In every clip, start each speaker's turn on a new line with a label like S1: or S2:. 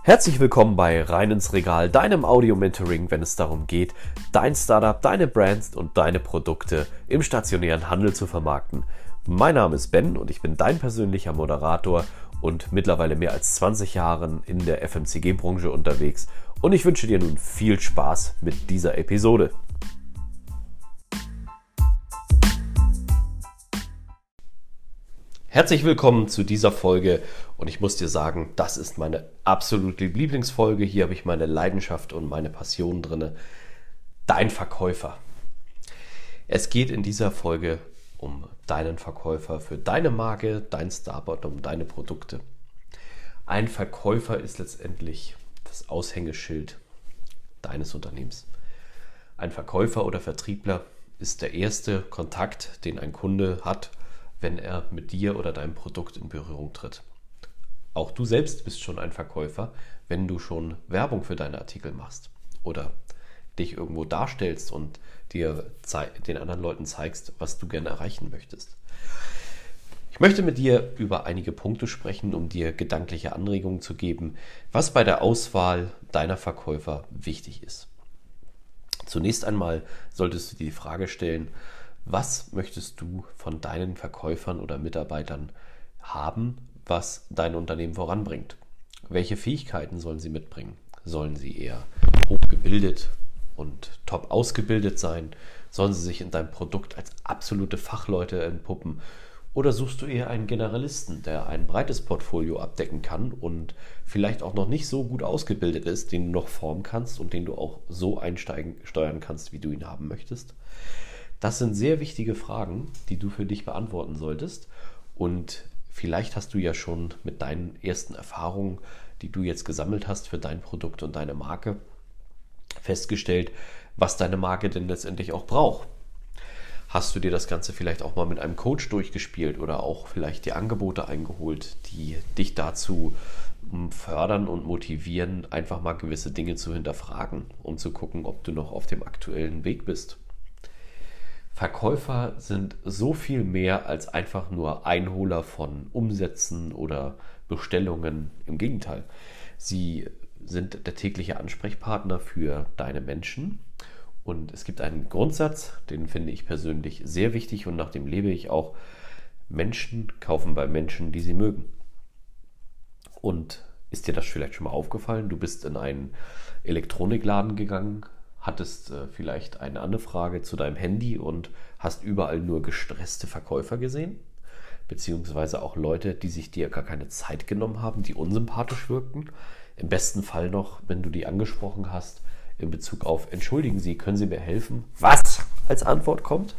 S1: Herzlich willkommen bei Rein ins Regal, deinem Audio-Mentoring, wenn es darum geht, dein Startup, deine Brands und deine Produkte im stationären Handel zu vermarkten. Mein Name ist Ben und ich bin dein persönlicher Moderator und mittlerweile mehr als 20 Jahren in der FMCG-Branche unterwegs. Und ich wünsche dir nun viel Spaß mit dieser Episode. Herzlich willkommen zu dieser Folge und ich muss dir sagen, das ist meine absolute Lieblingsfolge. Hier habe ich meine Leidenschaft und meine Passion drin. Dein Verkäufer. Es geht in dieser Folge um deinen Verkäufer für deine Marke, dein Startup, um deine Produkte. Ein Verkäufer ist letztendlich das Aushängeschild deines Unternehmens. Ein Verkäufer oder Vertriebler ist der erste Kontakt, den ein Kunde hat, wenn er mit dir oder deinem Produkt in Berührung tritt. Auch du selbst bist schon ein Verkäufer, wenn du schon Werbung für deine Artikel machst oder dich irgendwo darstellst und dir den anderen Leuten zeigst, was du gerne erreichen möchtest. Ich möchte mit dir über einige Punkte sprechen, um dir gedankliche Anregungen zu geben, was bei der Auswahl deiner Verkäufer wichtig ist. Zunächst einmal solltest du dir die Frage stellen, was möchtest du von deinen Verkäufern oder Mitarbeitern haben, was dein Unternehmen voranbringt? Welche Fähigkeiten sollen sie mitbringen? Sollen sie eher hochgebildet und top ausgebildet sein? Sollen sie sich in deinem Produkt als absolute Fachleute entpuppen? Oder suchst du eher einen Generalisten, der ein breites Portfolio abdecken kann und vielleicht auch noch nicht so gut ausgebildet ist, den du noch formen kannst und den du auch so steuern kannst, wie du ihn haben möchtest? Das sind sehr wichtige Fragen, die du für dich beantworten solltest. Und vielleicht hast du ja schon mit deinen ersten Erfahrungen, die du jetzt gesammelt hast für dein Produkt und deine Marke, festgestellt, was deine Marke denn letztendlich auch braucht. Hast du dir das Ganze vielleicht auch mal mit einem Coach durchgespielt oder auch vielleicht die Angebote eingeholt, die dich dazu fördern und motivieren, einfach mal gewisse Dinge zu hinterfragen, um zu gucken, ob du noch auf dem aktuellen Weg bist. Verkäufer sind so viel mehr als einfach nur Einholer von Umsätzen oder Bestellungen. Im Gegenteil, sie sind der tägliche Ansprechpartner für deine Menschen. Und es gibt einen Grundsatz, den finde ich persönlich sehr wichtig und nach dem lebe ich auch. Menschen kaufen bei Menschen, die sie mögen. Und ist dir das vielleicht schon mal aufgefallen? Du bist in einen Elektronikladen gegangen, hattest vielleicht eine Anfrage zu deinem Handy und hast überall nur gestresste Verkäufer gesehen, beziehungsweise auch Leute, die sich dir gar keine Zeit genommen haben, die unsympathisch wirkten. Im besten Fall noch, wenn du die angesprochen hast, in Bezug auf, entschuldigen Sie, können Sie mir helfen? Was als Antwort kommt?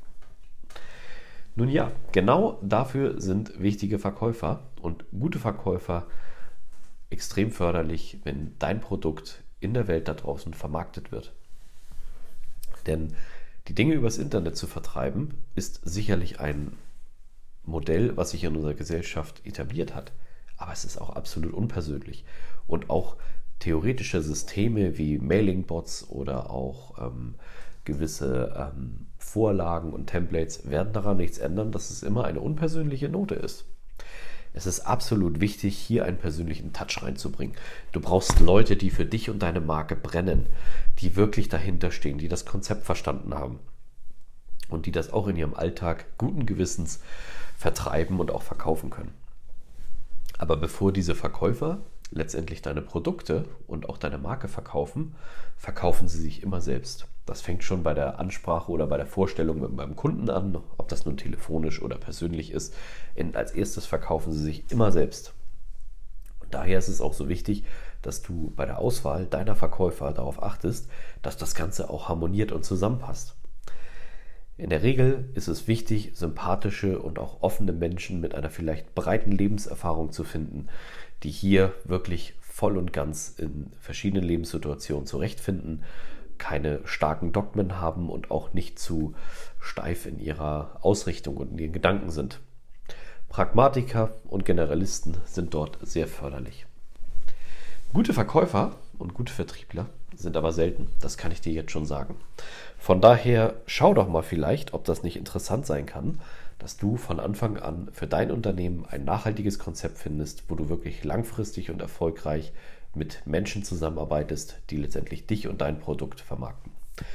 S1: Nun ja, genau dafür sind wichtige Verkäufer und gute Verkäufer extrem förderlich, wenn dein Produkt in der Welt da draußen vermarktet wird. Denn die Dinge übers Internet zu vertreiben, ist sicherlich ein Modell, was sich in unserer Gesellschaft etabliert hat. Aber es ist auch absolut unpersönlich. Und auch theoretische Systeme wie Mailing-Bots oder auch gewisse Vorlagen und Templates werden daran nichts ändern, dass es immer eine unpersönliche Note ist. Es ist absolut wichtig, hier einen persönlichen Touch reinzubringen. Du brauchst Leute, die für dich und deine Marke brennen, die wirklich dahinter stehen, die das Konzept verstanden haben und die das auch in ihrem Alltag guten Gewissens vertreiben und auch verkaufen können. Aber bevor diese Verkäufer letztendlich deine Produkte und auch deine Marke verkaufen, verkaufen sie sich immer selbst. Das fängt schon bei der Ansprache oder bei der Vorstellung mit meinem Kunden an, ob das nun telefonisch oder persönlich ist. Als erstes verkaufen sie sich immer selbst. Und daher ist es auch so wichtig, dass du bei der Auswahl deiner Verkäufer darauf achtest, dass das Ganze auch harmoniert und zusammenpasst. In der Regel ist es wichtig, sympathische und auch offene Menschen mit einer vielleicht breiten Lebenserfahrung zu finden, die hier wirklich voll und ganz in verschiedenen Lebenssituationen zurechtfinden, keine starken Dogmen haben und auch nicht zu steif in ihrer Ausrichtung und in ihren Gedanken sind. Pragmatiker und Generalisten sind dort sehr förderlich. Gute Verkäufer und gute Vertriebler sind aber selten, das kann ich dir jetzt schon sagen. Von daher schau doch mal vielleicht, ob das nicht interessant sein kann, dass du von Anfang an für dein Unternehmen ein nachhaltiges Konzept findest, wo du wirklich langfristig und erfolgreich mit Menschen zusammenarbeitest, die letztendlich dich und dein Produkt vermarkten.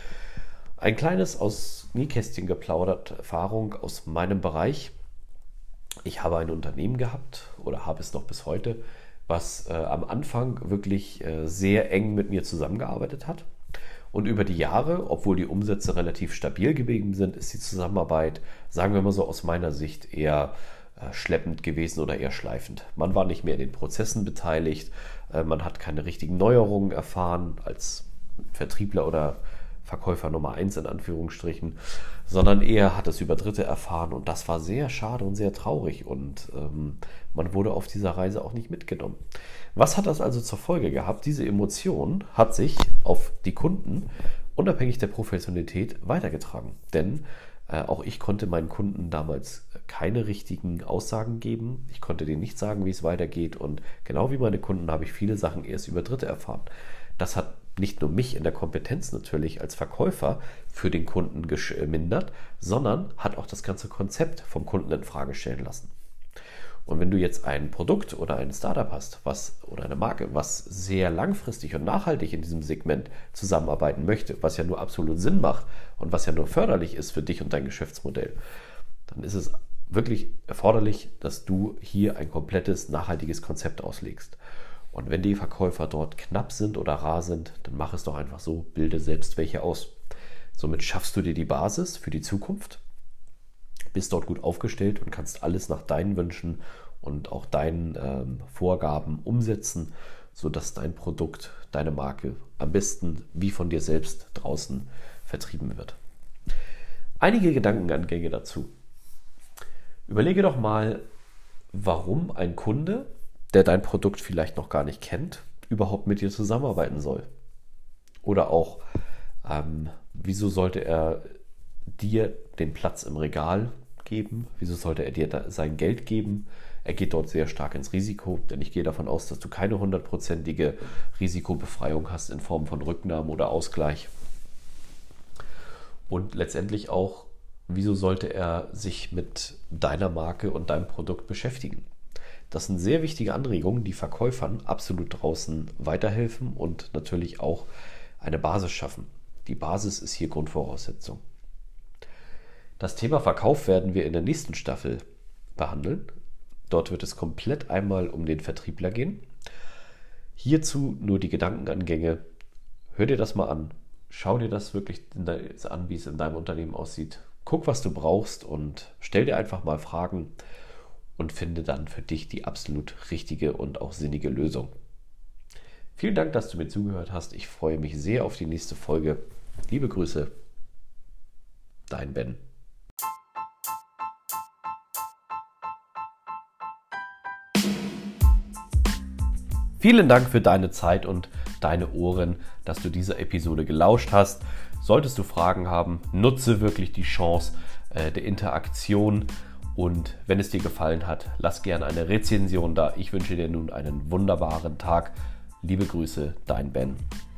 S1: Ein kleines aus Nähkästchen geplaudert Erfahrung aus meinem Bereich. Ich habe ein Unternehmen gehabt oder habe es noch bis heute, was am Anfang wirklich sehr eng mit mir zusammengearbeitet hat. Und über die Jahre, obwohl die Umsätze relativ stabil geblieben sind, ist die Zusammenarbeit, sagen wir mal so aus meiner Sicht, eher schleppend gewesen oder eher schleifend. Man war nicht mehr in den Prozessen beteiligt, man hat keine richtigen Neuerungen erfahren als Vertriebler oder Verkäufer Nummer 1 in Anführungsstrichen, sondern eher hat es über Dritte erfahren und das war sehr schade und sehr traurig und man wurde auf dieser Reise auch nicht mitgenommen. Was hat das also zur Folge gehabt? Diese Emotion hat sich auf die Kunden unabhängig der Professionalität weitergetragen, denn auch ich konnte meinen Kunden damals keine richtigen Aussagen geben. Ich konnte denen nicht sagen, wie es weitergeht und genau wie meine Kunden habe ich viele Sachen erst über Dritte erfahren. Das hat nicht nur mich in der Kompetenz natürlich als Verkäufer für den Kunden gemindert, sondern hat auch das ganze Konzept vom Kunden in Frage stellen lassen. Und wenn du jetzt ein Produkt oder ein Startup hast, oder eine Marke, was sehr langfristig und nachhaltig in diesem Segment zusammenarbeiten möchte, was ja nur absolut Sinn macht und was ja nur förderlich ist für dich und dein Geschäftsmodell, dann ist es wirklich erforderlich, dass du hier ein komplettes, nachhaltiges Konzept auslegst. Und wenn die Verkäufer dort knapp sind oder rar sind, dann mach es doch einfach so, bilde selbst welche aus. Somit schaffst du dir die Basis für die Zukunft, bist dort gut aufgestellt und kannst alles nach deinen Wünschen und auch deinen Vorgaben umsetzen, sodass dein Produkt, deine Marke am besten wie von dir selbst draußen vertrieben wird. Einige Gedankengänge dazu. Überlege doch mal, warum ein Kunde, der dein Produkt vielleicht noch gar nicht kennt, überhaupt mit dir zusammenarbeiten soll. Oder auch, wieso sollte er dir den Platz im Regal geben? Wieso sollte er dir sein Geld geben? Er geht dort sehr stark ins Risiko, denn ich gehe davon aus, dass du keine 100%ige Risikobefreiung hast in Form von Rücknahmen oder Ausgleich. Und letztendlich auch, wieso sollte er sich mit deiner Marke und deinem Produkt beschäftigen? Das sind sehr wichtige Anregungen, die Verkäufern absolut draußen weiterhelfen und natürlich auch eine Basis schaffen. Die Basis ist hier Grundvoraussetzung. Das Thema Verkauf werden wir in der nächsten Staffel behandeln. Dort wird es komplett einmal um den Vertriebler gehen. Hierzu nur die Gedankengänge. Hör dir das mal an. Schau dir das wirklich an, wie es in deinem Unternehmen aussieht. Guck, was du brauchst und stell dir einfach mal Fragen und finde dann für dich die absolut richtige und auch sinnige Lösung. Vielen Dank, dass du mir zugehört hast. Ich freue mich sehr auf die nächste Folge. Liebe Grüße, dein Ben. Vielen Dank für deine Zeit und deine Ohren, dass du dieser Episode gelauscht hast. Solltest du Fragen haben, nutze wirklich die Chance der Interaktion. Und wenn es dir gefallen hat, lass gerne eine Rezension da. Ich wünsche dir nun einen wunderbaren Tag. Liebe Grüße, dein Ben.